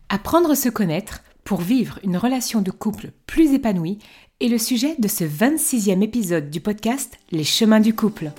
Apprendre à se connaître pour vivre une relation de couple plus épanouie est le sujet de ce 26e épisode du podcast Les chemins du couple.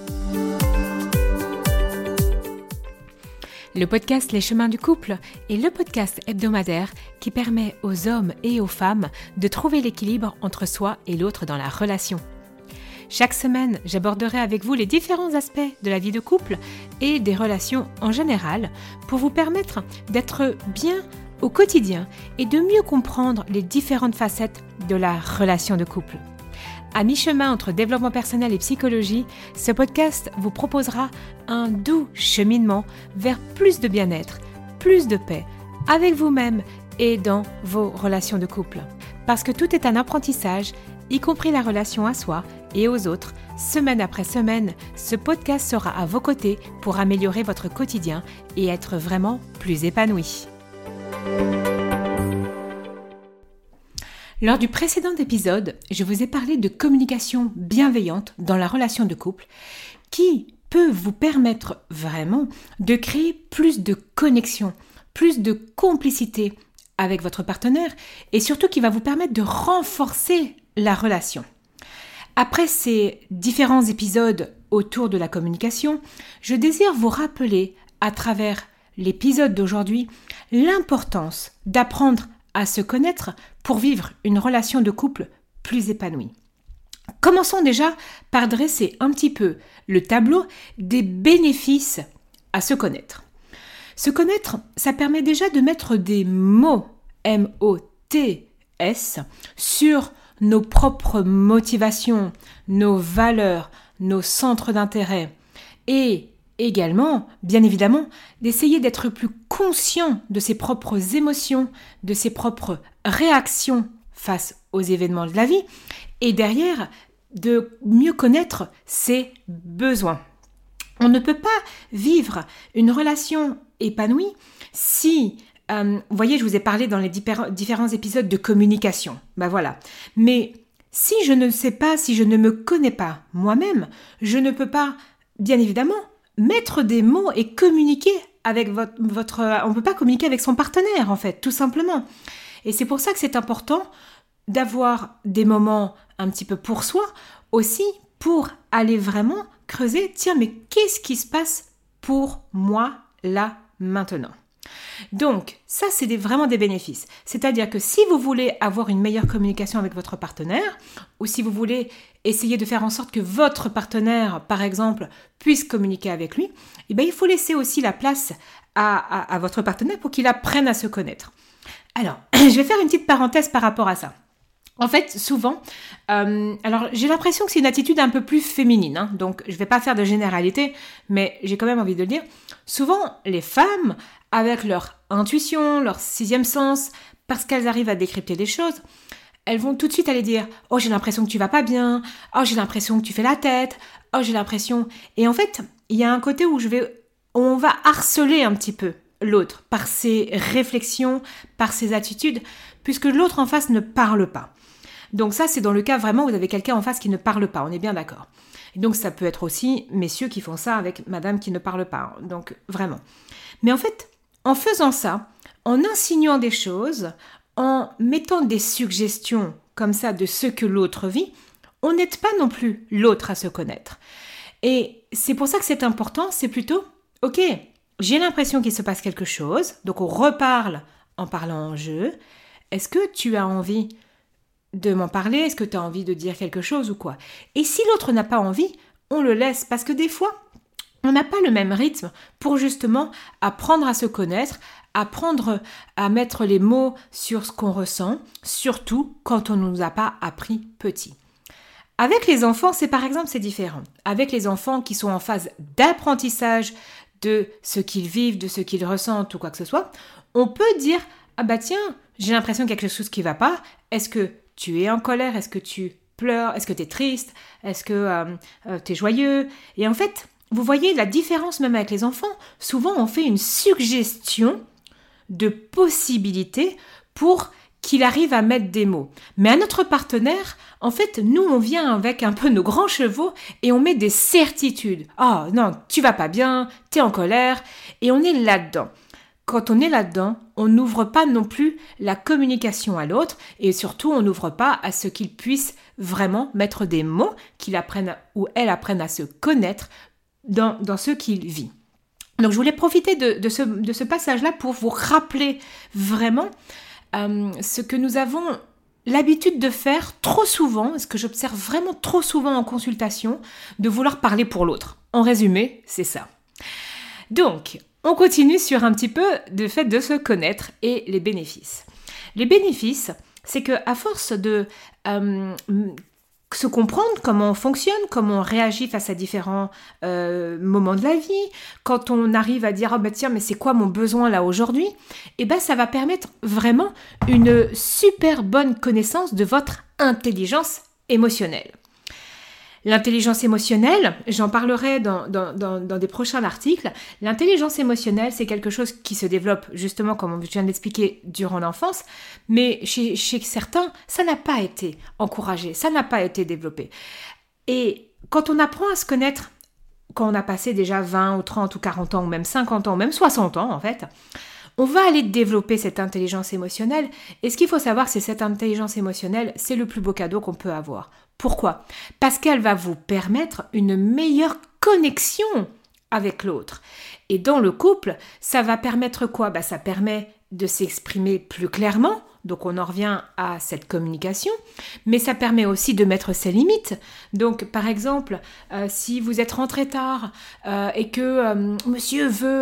Le podcast Les chemins du couple est le podcast hebdomadaire qui permet aux hommes et aux femmes de trouver l'équilibre entre soi et l'autre dans la relation. Chaque semaine, j'aborderai avec vous les différents aspects de la vie de couple et des relations en général pour vous permettre d'être bien au quotidien et de mieux comprendre les différentes facettes de la relation de couple. À mi-chemin entre développement personnel et psychologie, ce podcast vous proposera un doux cheminement vers plus de bien-être, plus de paix, avec vous-même et dans vos relations de couple. Parce que tout est un apprentissage, y compris la relation à soi et aux autres, semaine après semaine, ce podcast sera à vos côtés pour améliorer votre quotidien et être vraiment plus épanoui. Lors du précédent épisode, je vous ai parlé de communication bienveillante dans la relation de couple qui peut vous permettre vraiment de créer plus de connexion, plus de complicité avec votre partenaire et surtout qui va vous permettre de renforcer la relation. Après ces différents épisodes autour de la communication, je désire vous rappeler à travers l'épisode d'aujourd'hui l'importance d'apprendre à se connaître pour vivre une relation de couple plus épanouie. Commençons déjà par dresser un petit peu le tableau des bénéfices à se connaître. Se connaître, ça permet déjà de mettre des mots, M-O-T-S, sur nos propres motivations, nos valeurs, nos centres d'intérêt et également, bien évidemment, d'essayer d'être plus conscient de ses propres émotions, de ses propres réactions face aux événements de la vie et derrière, de mieux connaître ses besoins. On ne peut pas vivre une relation épanouie si vous voyez, je vous ai parlé dans les différents épisodes de communication. Voilà. Mais si je ne sais pas, si je ne me connais pas moi-même, je ne peux pas, bien évidemment, mettre des mots et communiquer avec votre... On ne peut pas communiquer avec son partenaire, en fait, tout simplement. Et c'est pour ça que c'est important d'avoir des moments un petit peu pour soi, aussi pour aller vraiment creuser, tiens, mais qu'est-ce qui se passe pour moi, là, maintenant ? Donc, ça, c'est vraiment des bénéfices. C'est-à-dire que si vous voulez avoir une meilleure communication avec votre partenaire, ou si vous voulez essayer de faire en sorte que votre partenaire, par exemple, puisse communiquer avec lui, il faut laisser aussi la place à votre partenaire pour qu'il apprenne à se connaître. Alors, je vais faire une petite parenthèse par rapport à ça. En fait, souvent, alors j'ai l'impression que c'est une attitude un peu plus féminine, donc je ne vais pas faire de généralité, mais j'ai quand même envie de le dire. Souvent, les femmes, avec leur intuition, leur sixième sens, parce qu'elles arrivent à décrypter des choses, elles vont tout de suite aller dire « Oh, j'ai l'impression que tu vas pas bien. Oh, j'ai l'impression que tu fais la tête. Oh, j'ai l'impression... » Et en fait, il y a un côté où on va harceler un petit peu l'autre par ses réflexions, par ses attitudes, puisque l'autre en face ne parle pas. Donc ça, c'est dans le cas vraiment où vous avez quelqu'un en face qui ne parle pas, on est bien d'accord. Et donc ça peut être aussi messieurs qui font ça avec madame qui ne parle pas, donc vraiment. Mais en fait, en faisant ça, en insinuant des choses, en mettant des suggestions comme ça de ce que l'autre vit, on n'aide pas non plus l'autre à se connaître. Et c'est pour ça que c'est important, c'est plutôt, ok, j'ai l'impression qu'il se passe quelque chose, donc on reparle en parlant en jeu. Est-ce que tu as envie de m'en parler? Est-ce que tu as envie de dire quelque chose ou quoi? Et si l'autre n'a pas envie, on le laisse parce que des fois, on n'a pas le même rythme pour justement apprendre à se connaître, apprendre à mettre les mots sur ce qu'on ressent, surtout quand on ne nous a pas appris petit. Avec les enfants, c'est différent. Avec les enfants qui sont en phase d'apprentissage de ce qu'ils vivent, de ce qu'ils ressentent ou quoi que ce soit, on peut dire « Ah bah tiens, j'ai l'impression qu'il y a quelque chose qui ne va pas. Est-ce que tu es en colère? Est-ce que tu pleures? Est-ce que tu es triste? Est-ce que tu es joyeux ?» Et en fait, vous voyez la différence même avec les enfants. Souvent, on fait une suggestion de possibilités pour qu'il arrive à mettre des mots. Mais à notre partenaire, en fait, nous, on vient avec un peu nos grands chevaux et on met des certitudes. « Oh non, tu vas pas bien, tu es en colère. » Et on est là-dedans. quand on est là-dedans, on n'ouvre pas non plus la communication à l'autre et surtout on n'ouvre pas à ce qu'il puisse vraiment mettre des mots, qu'il apprenne ou elle apprenne à se connaître dans ce qu'il vit. Donc je voulais profiter de ce passage-là pour vous rappeler vraiment ce que nous avons l'habitude de faire trop souvent, ce que j'observe vraiment trop souvent en consultation, de vouloir parler pour l'autre. En résumé, c'est ça. Donc, on continue sur un petit peu le fait de se connaître et les bénéfices. Les bénéfices, c'est qu'à force de se comprendre comment on fonctionne, comment on réagit face à différents moments de la vie, quand on arrive à dire « Ah bah tiens, mais c'est quoi mon besoin là aujourd'hui ?» Eh ben ça va permettre vraiment une super bonne connaissance de votre intelligence émotionnelle. L'intelligence émotionnelle, j'en parlerai dans des prochains articles. L'intelligence émotionnelle, c'est quelque chose qui se développe justement, comme je viens de l'expliquer, durant l'enfance, mais chez certains, ça n'a pas été encouragé, ça n'a pas été développé. Et quand on apprend à se connaître, quand on a passé déjà 20 ou 30 ou 40 ans, ou même 50 ans, ou même 60 ans en fait, on va aller développer cette intelligence émotionnelle. Et ce qu'il faut savoir, c'est que cette intelligence émotionnelle, c'est le plus beau cadeau qu'on peut avoir. Pourquoi ? Parce qu'elle va vous permettre une meilleure connexion avec l'autre. Et dans le couple, ça va permettre quoi ? Ça permet de s'exprimer plus clairement. Donc on en revient à cette communication, mais ça permet aussi de mettre ses limites. Donc par exemple, si vous êtes rentré tard et que monsieur veut,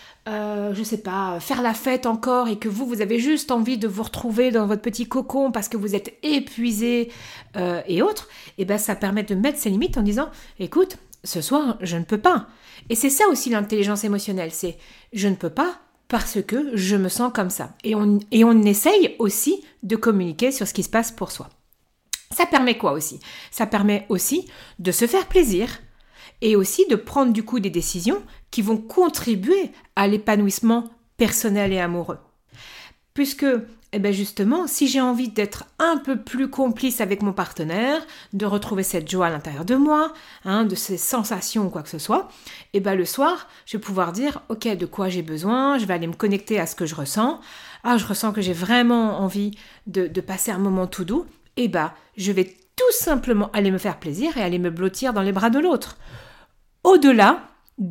je sais pas, faire la fête encore et que vous avez juste envie de vous retrouver dans votre petit cocon parce que vous êtes épuisé et autres, et ben ça permet de mettre ses limites en disant « Écoute, ce soir, je ne peux pas ». Et c'est ça aussi l'intelligence émotionnelle, c'est « Je ne peux pas ». Parce que je me sens comme ça. Et on essaye aussi de communiquer sur ce qui se passe pour soi. Ça permet quoi aussi ? Ça permet aussi de se faire plaisir et aussi de prendre du coup des décisions qui vont contribuer à l'épanouissement personnel et amoureux. Puisque, justement, si j'ai envie d'être un peu plus complice avec mon partenaire, de retrouver cette joie à l'intérieur de moi, de ces sensations ou quoi que ce soit, le soir, je vais pouvoir dire, ok, de quoi j'ai besoin, je vais aller me connecter à ce que je ressens. Ah, je ressens que j'ai vraiment envie de passer un moment tout doux. Je vais tout simplement aller me faire plaisir et aller me blottir dans les bras de l'autre. Au-delà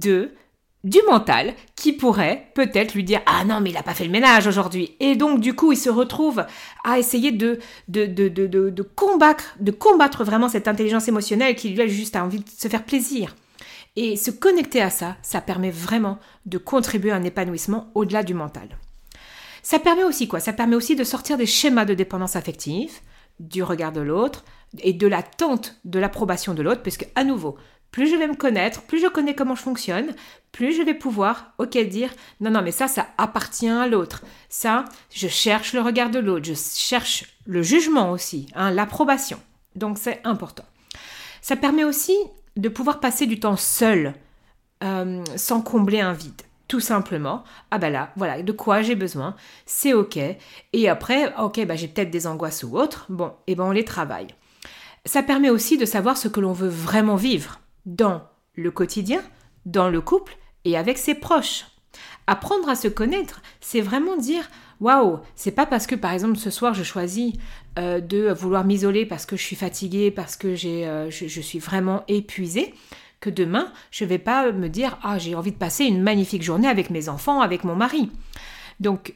du mental qui pourrait peut-être lui dire « Ah non, mais il n'a pas fait le ménage aujourd'hui !» Et donc, du coup, il se retrouve à essayer de combattre vraiment cette intelligence émotionnelle qui lui a juste envie de se faire plaisir. Et se connecter à ça, ça permet vraiment de contribuer à un épanouissement au-delà du mental. Ça permet aussi quoi ? Ça permet aussi de sortir des schémas de dépendance affective, du regard de l'autre et de l'attente de l'approbation de l'autre, puisque à nouveau, plus je vais me connaître, plus je connais comment je fonctionne, plus je vais pouvoir, dire « Non, mais ça appartient à l'autre. Ça, je cherche le regard de l'autre, je cherche le jugement aussi, l'approbation. » Donc, c'est important. Ça permet aussi de pouvoir passer du temps seul, sans combler un vide. Tout simplement, voilà, de quoi j'ai besoin, c'est ok. Et après, j'ai peut-être des angoisses ou autres, on les travaille. Ça permet aussi de savoir ce que l'on veut vraiment vivre dans le quotidien, dans le couple et avec ses proches. Apprendre à se connaître, c'est vraiment dire « Waouh, c'est pas parce que par exemple ce soir je choisis de vouloir m'isoler parce que je suis fatiguée, parce que je suis vraiment épuisée » que demain, je ne vais pas me dire « Ah, j'ai envie de passer une magnifique journée avec mes enfants, avec mon mari. » Donc,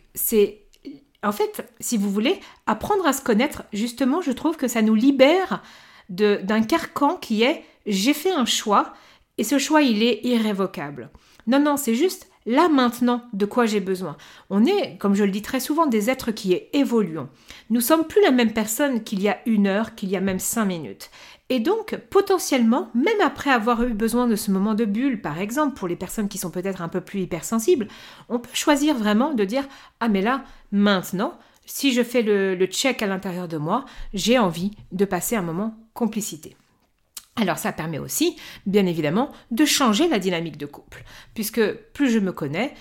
en fait, si vous voulez, apprendre à se connaître, justement, je trouve que ça nous libère d'un carcan qui est « J'ai fait un choix et ce choix, il est irrévocable. » Non, c'est juste là maintenant de quoi j'ai besoin. On est, comme je le dis très souvent, des êtres qui évoluons. Nous ne sommes plus la même personne qu'il y a 1 heure, qu'il y a même 5 minutes. Et donc, potentiellement, même après avoir eu besoin de ce moment de bulle, par exemple, pour les personnes qui sont peut-être un peu plus hypersensibles, on peut choisir vraiment de dire « Ah mais là, maintenant, si je fais le check à l'intérieur de moi, j'ai envie de passer un moment complicité. » Alors ça permet aussi, bien évidemment, de changer la dynamique de couple, puisque plus je me connais,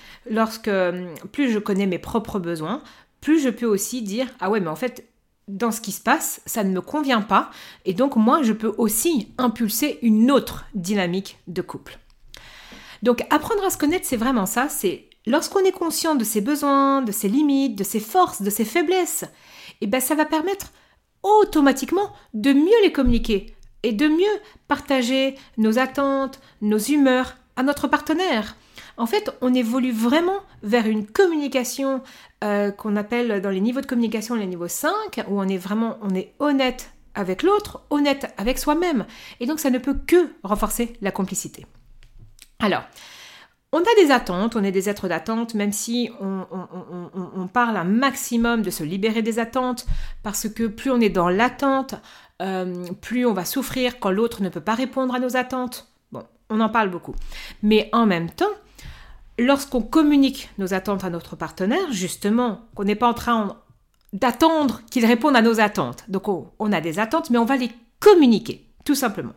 plus je connais mes propres besoins, plus je peux aussi dire « Ah ouais, mais en fait, dans ce qui se passe, ça ne me convient pas, et donc moi, je peux aussi impulser une autre dynamique de couple. » Donc apprendre à se connaître, c'est vraiment ça, c'est lorsqu'on est conscient de ses besoins, de ses limites, de ses forces, de ses faiblesses, ça va permettre automatiquement de mieux les communiquer et de mieux partager nos attentes, nos humeurs à notre partenaire. En fait, on évolue vraiment vers une communication qu'on appelle dans les niveaux de communication les niveaux 5, où on est honnête avec l'autre, honnête avec soi-même. Et donc, ça ne peut que renforcer la complicité. Alors, on a des attentes, on est des êtres d'attente, même si on parle un maximum de se libérer des attentes, parce que plus on est dans l'attente, plus on va souffrir quand l'autre ne peut pas répondre à nos attentes. Bon, on en parle beaucoup. Mais en même temps, lorsqu'on communique nos attentes à notre partenaire, justement, qu'on n'est pas en train d'attendre qu'il réponde à nos attentes. Donc, on a des attentes, mais on va les communiquer, tout simplement.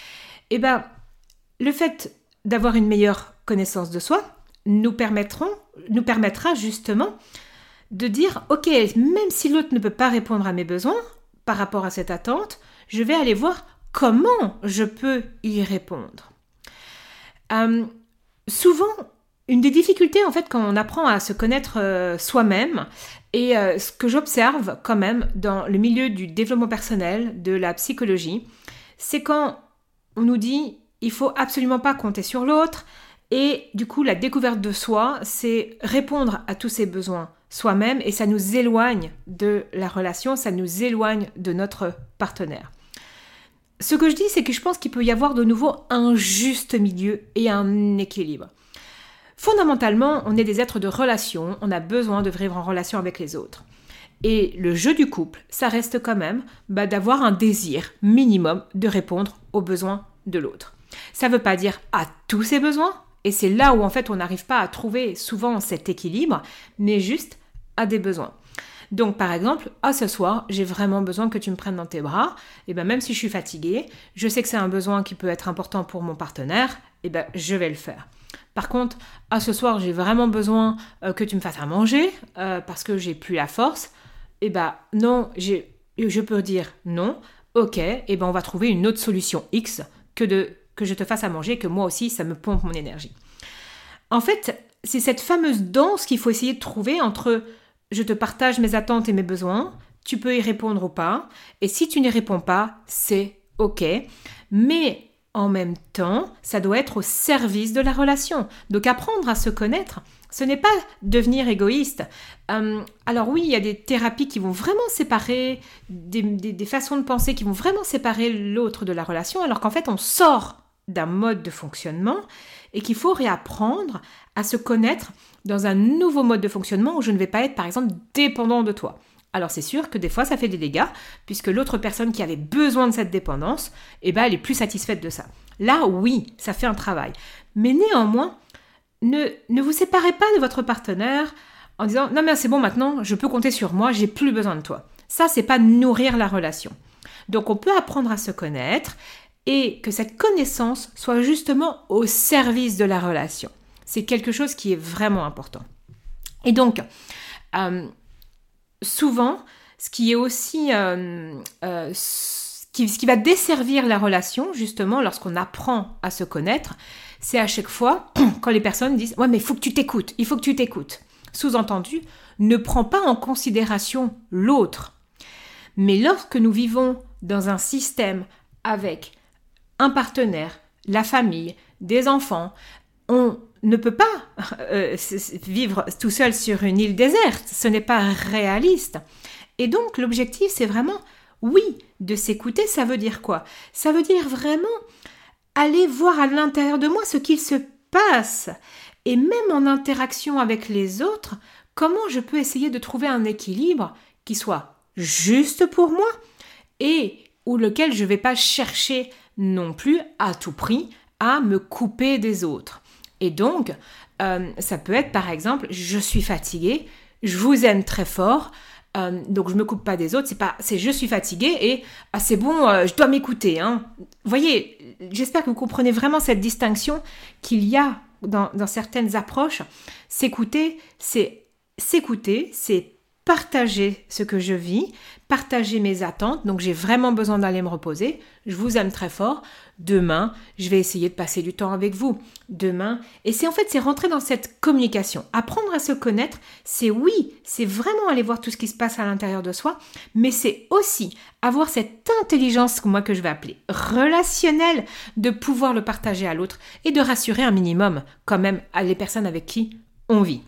Le fait d'avoir une meilleure connaissance de soi nous permettra justement de dire, ok, même si l'autre ne peut pas répondre à mes besoins par rapport à cette attente, je vais aller voir comment je peux y répondre. Souvent, une des difficultés en fait quand on apprend à se connaître soi-même, et ce que j'observe quand même dans le milieu du développement personnel, de la psychologie, c'est quand on nous dit il faut absolument pas compter sur l'autre, et du coup la découverte de soi, c'est répondre à tous ses besoins soi-même, et ça nous éloigne de la relation, ça nous éloigne de notre partenaire. Ce que je dis, c'est que je pense qu'il peut y avoir de nouveau un juste milieu et un équilibre. Fondamentalement, on est des êtres de relation, on a besoin de vivre en relation avec les autres. Et le jeu du couple, ça reste quand même d'avoir un désir minimum de répondre aux besoins de l'autre. Ça ne veut pas dire à tous ses besoins, et c'est là où en fait on n'arrive pas à trouver souvent cet équilibre, mais juste à des besoins. Donc par exemple, ce soir, j'ai vraiment besoin que tu me prennes dans tes bras, et même si je suis fatiguée, je sais que c'est un besoin qui peut être important pour mon partenaire, je vais le faire. Par contre, ce soir, j'ai vraiment besoin que tu me fasses à manger parce que j'ai plus la force. Non, je peux dire non. Ok, on va trouver une autre solution X que je te fasse à manger, que moi aussi, ça me pompe mon énergie. En fait, c'est cette fameuse danse qu'il faut essayer de trouver entre je te partage mes attentes et mes besoins, tu peux y répondre ou pas, et si tu n'y réponds pas, c'est ok. Mais en même temps, ça doit être au service de la relation. Donc apprendre à se connaître, ce n'est pas devenir égoïste. Alors oui, il y a des thérapies qui vont vraiment séparer, des façons de penser qui vont vraiment séparer l'autre de la relation, alors qu'en fait on sort d'un mode de fonctionnement et qu'il faut réapprendre à se connaître dans un nouveau mode de fonctionnement où je ne vais pas être par exemple dépendant de toi. Alors c'est sûr que des fois ça fait des dégâts, puisque l'autre personne qui avait besoin de cette dépendance, elle est plus satisfaite de ça. Là, oui, ça fait un travail. Mais néanmoins, ne vous séparez pas de votre partenaire en disant « Non mais c'est bon maintenant, je peux compter sur moi, j'ai plus besoin de toi ». Ça, c'est pas nourrir la relation. Donc on peut apprendre à se connaître et que cette connaissance soit justement au service de la relation. C'est quelque chose qui est vraiment important. Et donc, souvent, ce qui est aussi ce qui va desservir la relation, justement, lorsqu'on apprend à se connaître, c'est à chaque fois quand les personnes disent « Ouais, mais il faut que tu t'écoutes, il faut que tu t'écoutes ». Sous-entendu, ne prends pas en considération l'autre. Mais lorsque nous vivons dans un système avec un partenaire, la famille, des enfants, on ne peut pas vivre tout seul sur une île déserte, ce n'est pas réaliste. Et donc l'objectif, c'est vraiment, oui, de s'écouter. Ça veut dire quoi? Ça veut dire vraiment aller voir à l'intérieur de moi ce qu'il se passe. Et même en interaction avec les autres, comment je peux essayer de trouver un équilibre qui soit juste pour moi et ou lequel je ne vais pas chercher non plus à tout prix à me couper des autres. Et donc, ça peut être par exemple, je suis fatiguée, je vous aime très fort, donc je ne me coupe pas des autres, c'est je suis fatiguée et c'est bon, je dois m'écouter. Hein. Vous voyez, j'espère que vous comprenez vraiment cette distinction qu'il y a dans certaines approches. S'écouter, c'est partager ce que je vis, partager mes attentes. Donc, j'ai vraiment besoin d'aller me reposer. Je vous aime très fort. Demain, je vais essayer de passer du temps avec vous. Demain. Et c'est rentrer dans cette communication. Apprendre à se connaître, c'est vraiment aller voir tout ce qui se passe à l'intérieur de soi, mais c'est aussi avoir cette intelligence, que je vais appeler relationnelle, de pouvoir le partager à l'autre et de rassurer un minimum quand même les personnes avec qui on vit.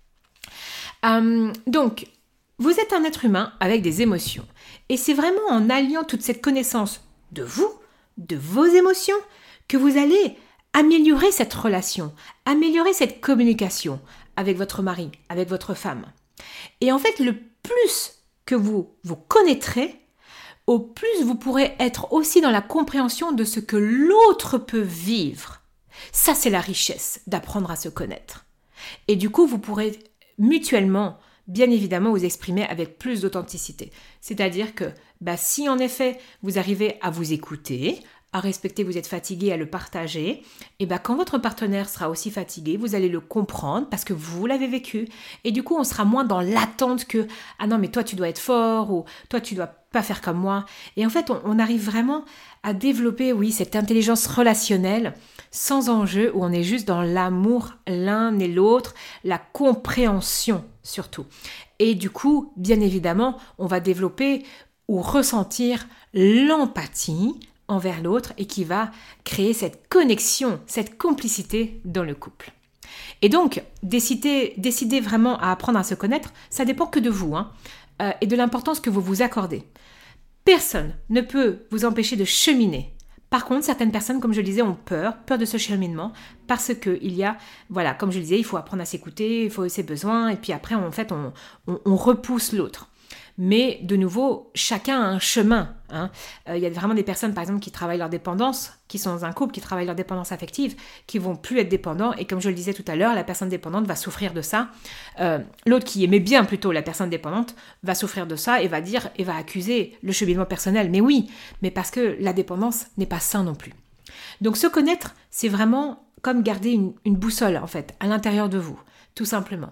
Donc, vous êtes un être humain avec des émotions. Et c'est vraiment en alliant toute cette connaissance de vous, de vos émotions, que vous allez améliorer cette relation, améliorer cette communication avec votre mari, avec votre femme. Et en fait, le plus que vous vous connaîtrez, au plus vous pourrez être aussi dans la compréhension de ce que l'autre peut vivre. Ça, c'est la richesse d'apprendre à se connaître. Et du coup, vous pourrez mutuellement, bien évidemment, vous exprimer avec plus d'authenticité. C'est-à-dire que si en effet, vous arrivez à vous écouter, à respecter, vous êtes fatigué, à le partager, et quand votre partenaire sera aussi fatigué, vous allez le comprendre parce que vous l'avez vécu. Et du coup, on sera moins dans l'attente que « Ah non, mais toi, tu dois être fort » ou « Toi, tu dois pas faire comme moi ». Et en fait, on arrive vraiment à développer, cette intelligence relationnelle sans enjeu, où on est juste dans l'amour l'un et l'autre, la compréhension surtout. Et du coup, bien évidemment, on va développer ou ressentir l'empathie envers l'autre et qui va créer cette connexion, cette complicité dans le couple. Et donc, décider vraiment à apprendre à se connaître, ça dépend que de vous et de l'importance que vous vous accordez. Personne ne peut vous empêcher de cheminer. Par contre, certaines personnes, comme je le disais, ont peur de ce cheminement parce qu'il y a, comme je le disais, il faut apprendre à s'écouter, il faut ses besoins et puis après, en fait, on repousse l'autre. Mais de nouveau, chacun a un chemin. Il y a vraiment des personnes, par exemple, qui travaillent leur dépendance, qui sont dans un couple, qui travaillent leur dépendance affective, qui vont plus être dépendants. Et comme je le disais tout à l'heure, la personne dépendante va souffrir de ça. L'autre qui aimait bien plutôt la personne dépendante va souffrir de ça et va accuser le cheminement personnel. Mais oui, mais parce que la dépendance n'est pas sain non plus. Donc se connaître, c'est vraiment comme garder une boussole, en fait, à l'intérieur de vous, tout simplement.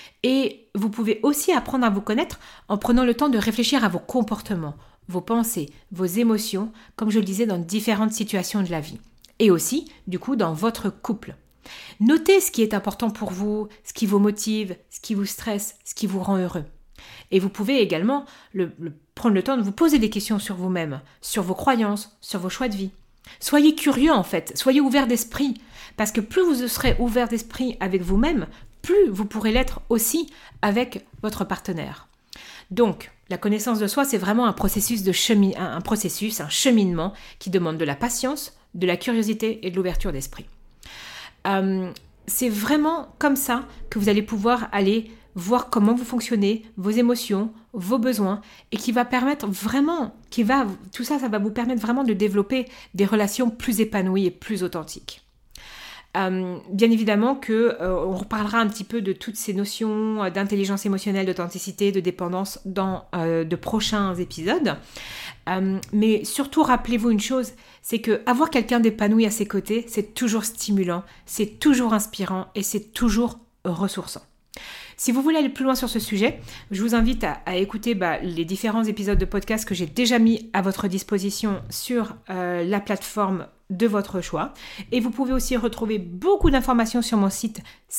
Et vous pouvez aussi apprendre à vous connaître en prenant le temps de réfléchir à vos comportements, vos pensées, vos émotions, comme je le disais, dans différentes situations de la vie. Et aussi, du coup, dans votre couple. Notez ce qui est important pour vous, ce qui vous motive, ce qui vous stresse, ce qui vous rend heureux. Et vous pouvez également prendre le temps de vous poser des questions sur vous-même, sur vos croyances, sur vos choix de vie. Soyez curieux en fait, soyez ouvert d'esprit, parce que plus vous serez ouvert d'esprit avec vous-même, plus vous pourrez l'être aussi avec votre partenaire. Donc, la connaissance de soi, c'est vraiment un cheminement qui demande de la patience, de la curiosité et de l'ouverture d'esprit. C'est vraiment comme ça que vous allez pouvoir aller voir comment vous fonctionnez, vos émotions, vos besoins, et qui va permettre vraiment, tout ça, ça va vous permettre vraiment de développer des relations plus épanouies et plus authentiques. Bien évidemment on reparlera un petit peu de toutes ces notions d'intelligence émotionnelle, d'authenticité, de dépendance dans de prochains épisodes. Mais surtout, rappelez-vous une chose, c'est que avoir quelqu'un d'épanoui à ses côtés, c'est toujours stimulant, c'est toujours inspirant et c'est toujours ressourçant. Si vous voulez aller plus loin sur ce sujet, je vous invite à écouter les différents épisodes de podcast que j'ai déjà mis à votre disposition sur la plateforme de votre choix. Et vous pouvez aussi retrouver beaucoup d'informations sur mon site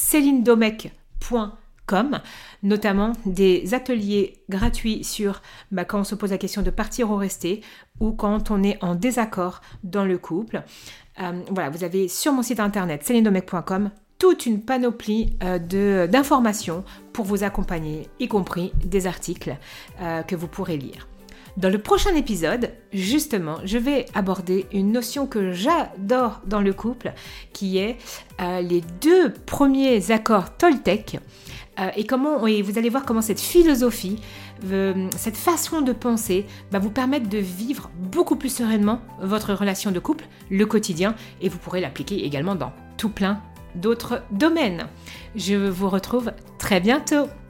celinedomecq.com, notamment des ateliers gratuits sur quand on se pose la question de partir ou rester, ou quand on est en désaccord dans le couple. Vous avez sur mon site internet celinedomecq.com toute une panoplie d'informations pour vous accompagner, y compris des articles que vous pourrez lire. Dans le prochain épisode, justement, je vais aborder une notion que j'adore dans le couple, qui est les 2 premiers accords Toltec, et vous allez voir comment cette philosophie, cette façon de penser va vous permettre de vivre beaucoup plus sereinement votre relation de couple, le quotidien, et vous pourrez l'appliquer également dans tout plein d'autres domaines. Je vous retrouve très bientôt.